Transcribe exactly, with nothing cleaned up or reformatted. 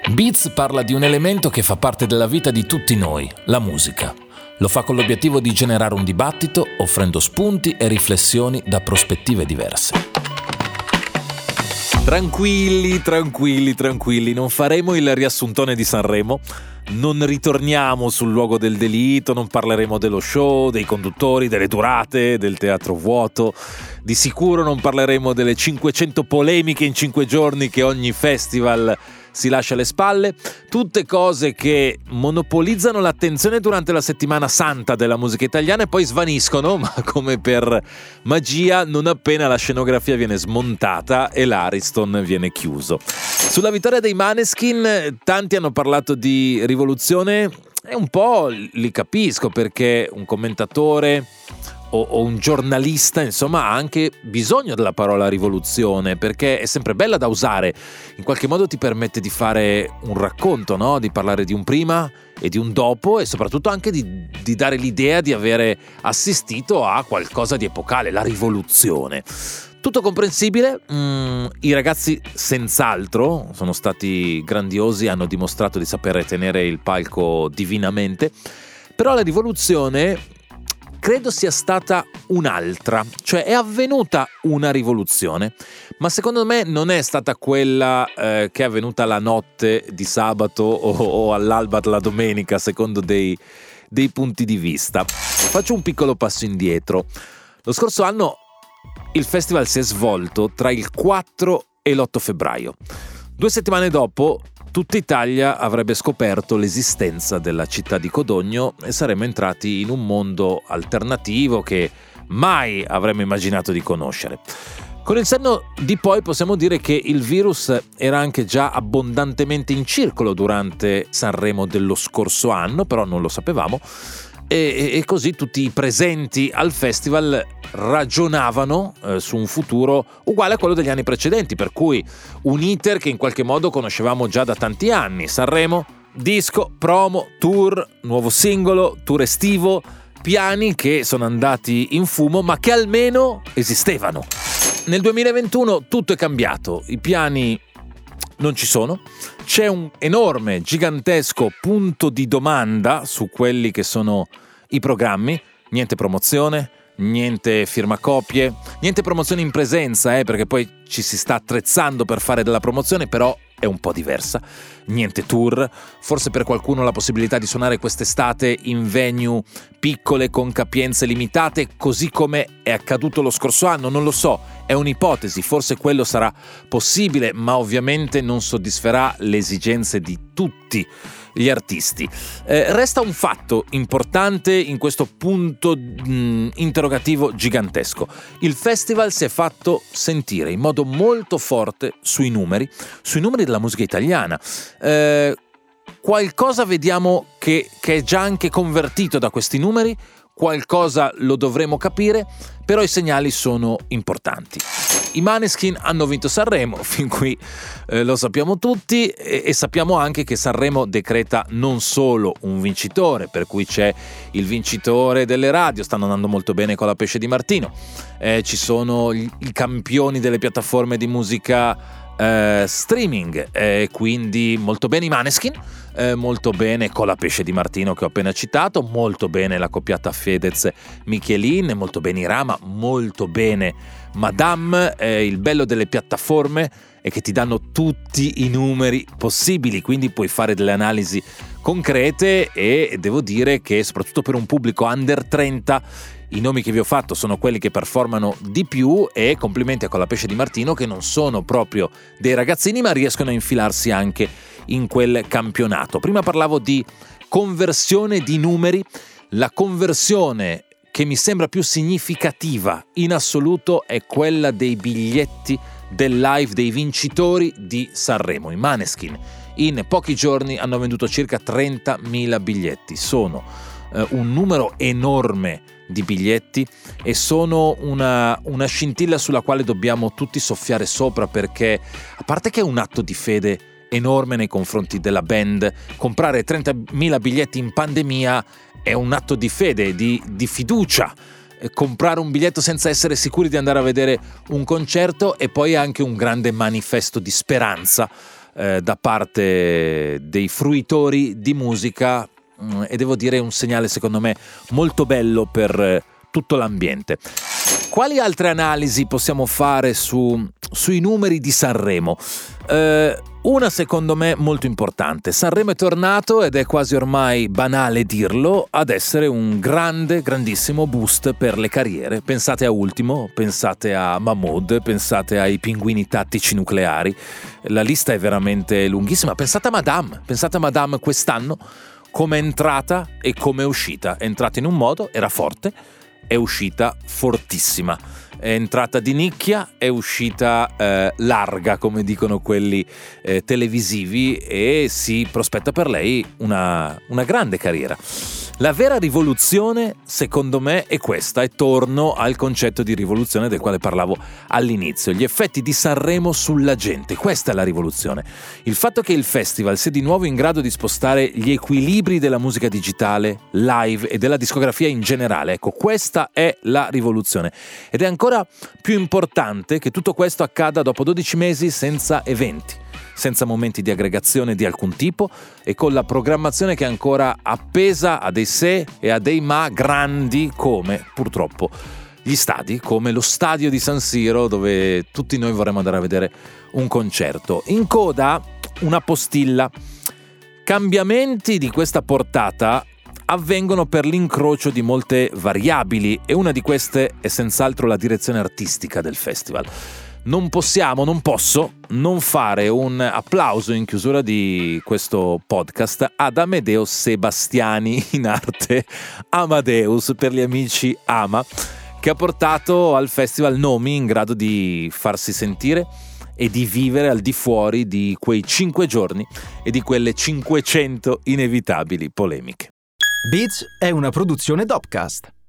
Beats parla di un elemento che fa parte della vita di tutti noi, la musica. Lo fa con l'obiettivo di generare un dibattito, offrendo spunti e riflessioni da prospettive diverse. Tranquilli, tranquilli, tranquilli, non faremo il riassuntone di Sanremo, non ritorniamo sul luogo del delitto, non parleremo dello show, dei conduttori, delle durate, del teatro vuoto. Di sicuro non parleremo delle cinquecento polemiche in cinque giorni che ogni festival si lascia alle spalle, tutte cose che monopolizzano l'attenzione durante la settimana santa della musica italiana e poi svaniscono, ma come per magia, non appena la scenografia viene smontata e l'Ariston viene chiuso. Sulla vittoria dei Maneskin tanti hanno parlato di rivoluzione e un po' li capisco, perché un commentatore o, o un giornalista insomma ha anche bisogno della parola rivoluzione, perché è sempre bella da usare, in qualche modo ti permette di fare un racconto, no? Di parlare di un prima e di un dopo, e soprattutto anche di, di dare l'idea di avere assistito a qualcosa di epocale, la rivoluzione. Tutto comprensibile, mm, i ragazzi senz'altro sono stati grandiosi, hanno dimostrato di sapere tenere il palco divinamente, però la rivoluzione credo sia stata un'altra, cioè è avvenuta una rivoluzione, ma secondo me non è stata quella eh, che è avvenuta la notte di sabato o, o all'alba della domenica, secondo dei, dei punti di vista. Faccio un piccolo passo indietro. Lo scorso anno il festival si è svolto tra il quattro e l'otto febbraio. Due settimane dopo, tutta Italia avrebbe scoperto l'esistenza della città di Codogno e saremmo entrati in un mondo alternativo che mai avremmo immaginato di conoscere. Con il senno di poi possiamo dire che il virus era anche già abbondantemente in circolo durante Sanremo dello scorso anno, però non lo sapevamo. E, e così tutti i presenti al festival ragionavano eh, su un futuro uguale a quello degli anni precedenti, per cui un iter che in qualche modo conoscevamo già da tanti anni: Sanremo, disco, promo, tour, nuovo singolo, tour estivo, piani che sono andati in fumo ma che almeno esistevano. Nel duemilaventuno tutto è cambiato, i piani non ci sono, c'è un enorme, gigantesco punto di domanda su quelli che sono i programmi, niente promozione, niente firmacopie, niente promozione in presenza, eh, perché poi ci si sta attrezzando per fare della promozione, però è un po' diversa, niente tour, forse per qualcuno la possibilità di suonare quest'estate in venue piccole con capienze limitate, così come è accaduto lo scorso anno, non lo so, è un'ipotesi, forse quello sarà possibile, ma ovviamente non soddisferà le esigenze di tutti gli artisti. Eh, resta un fatto importante in questo punto mh, interrogativo gigantesco. Il festival si è fatto sentire in modo molto forte sui numeri, sui numeri della musica italiana. Eh, qualcosa vediamo che, che è già anche convertito da questi numeri, qualcosa lo dovremo capire, però i segnali sono importanti. I Maneskin hanno vinto Sanremo, fin qui eh, lo sappiamo tutti, e, e sappiamo anche che Sanremo decreta non solo un vincitore, per cui c'è il vincitore delle radio, stanno andando molto bene con la Pesce di Martino, eh, ci sono gli, i campioni delle piattaforme di musica Uh, streaming, eh, quindi molto bene i Maneskin, eh, molto bene con la Pesce di Martino che ho appena citato, molto bene la coppiata Fedez-Michelin, molto bene i Rama, molto bene Madame. Eh, il bello delle piattaforme è che ti danno tutti i numeri possibili, quindi puoi fare delle analisi concrete, e devo dire che soprattutto per un pubblico under trenta i nomi che vi ho fatto sono quelli che performano di più, e complimenti a Con la Pesce di Martino, che non sono proprio dei ragazzini ma riescono a infilarsi anche in quel campionato. Prima parlavo di conversione di numeri, la conversione che mi sembra più significativa in assoluto è quella dei biglietti del live dei vincitori di Sanremo. I Maneskin in pochi giorni hanno venduto circa trentamila biglietti, sono eh, un numero enorme di biglietti e sono una, una scintilla sulla quale dobbiamo tutti soffiare sopra, perché a parte che è un atto di fede enorme nei confronti della band, comprare trentamila biglietti in pandemia è un atto di fede, di, di fiducia. Comprare un biglietto senza essere sicuri di andare a vedere un concerto, e poi anche un grande manifesto di speranza eh, da parte dei fruitori di musica mh, e devo dire un segnale secondo me molto bello per eh, tutto l'ambiente. Quali altre analisi possiamo fare su, sui numeri di Sanremo? Eh, una secondo me molto importante. Sanremo è tornato, ed è quasi ormai banale dirlo, ad essere un grande, grandissimo boost per le carriere. Pensate a Ultimo, pensate a Mahmood, pensate ai Pinguini Tattici Nucleari. La lista è veramente lunghissima. Pensate a Madame, pensate a Madame quest'anno, come è entrata e come è uscita. È entrata in un modo, era forte, è uscita fortissima. È entrata di nicchia, è uscita eh, larga, come dicono quelli eh, televisivi, e si prospetta per lei una, una grande carriera. La vera rivoluzione, secondo me, è questa, e torno al concetto di rivoluzione del quale parlavo all'inizio. Gli effetti di Sanremo sulla gente, questa è la rivoluzione. Il fatto che il festival sia di nuovo in grado di spostare gli equilibri della musica digitale, live e della discografia in generale, ecco, questa è la rivoluzione. Ed è ancora più importante che tutto questo accada dopo dodici mesi senza eventi, senza momenti di aggregazione di alcun tipo, e con la programmazione che è ancora appesa a dei se e a dei ma grandi come, purtroppo, gli stadi, come lo stadio di San Siro, dove tutti noi vorremmo andare a vedere un concerto. In coda, una postilla. Cambiamenti di questa portata avvengono per l'incrocio di molte variabili, e una di queste è senz'altro la direzione artistica del festival. Non possiamo, non posso non fare un applauso in chiusura di questo podcast ad Amedeo Sebastiani, in arte Amadeus per gli amici Ama, che ha portato al festival nomi in grado di farsi sentire e di vivere al di fuori di quei cinque giorni e di quelle cinquecento inevitabili polemiche. Beats è una produzione Dopcast.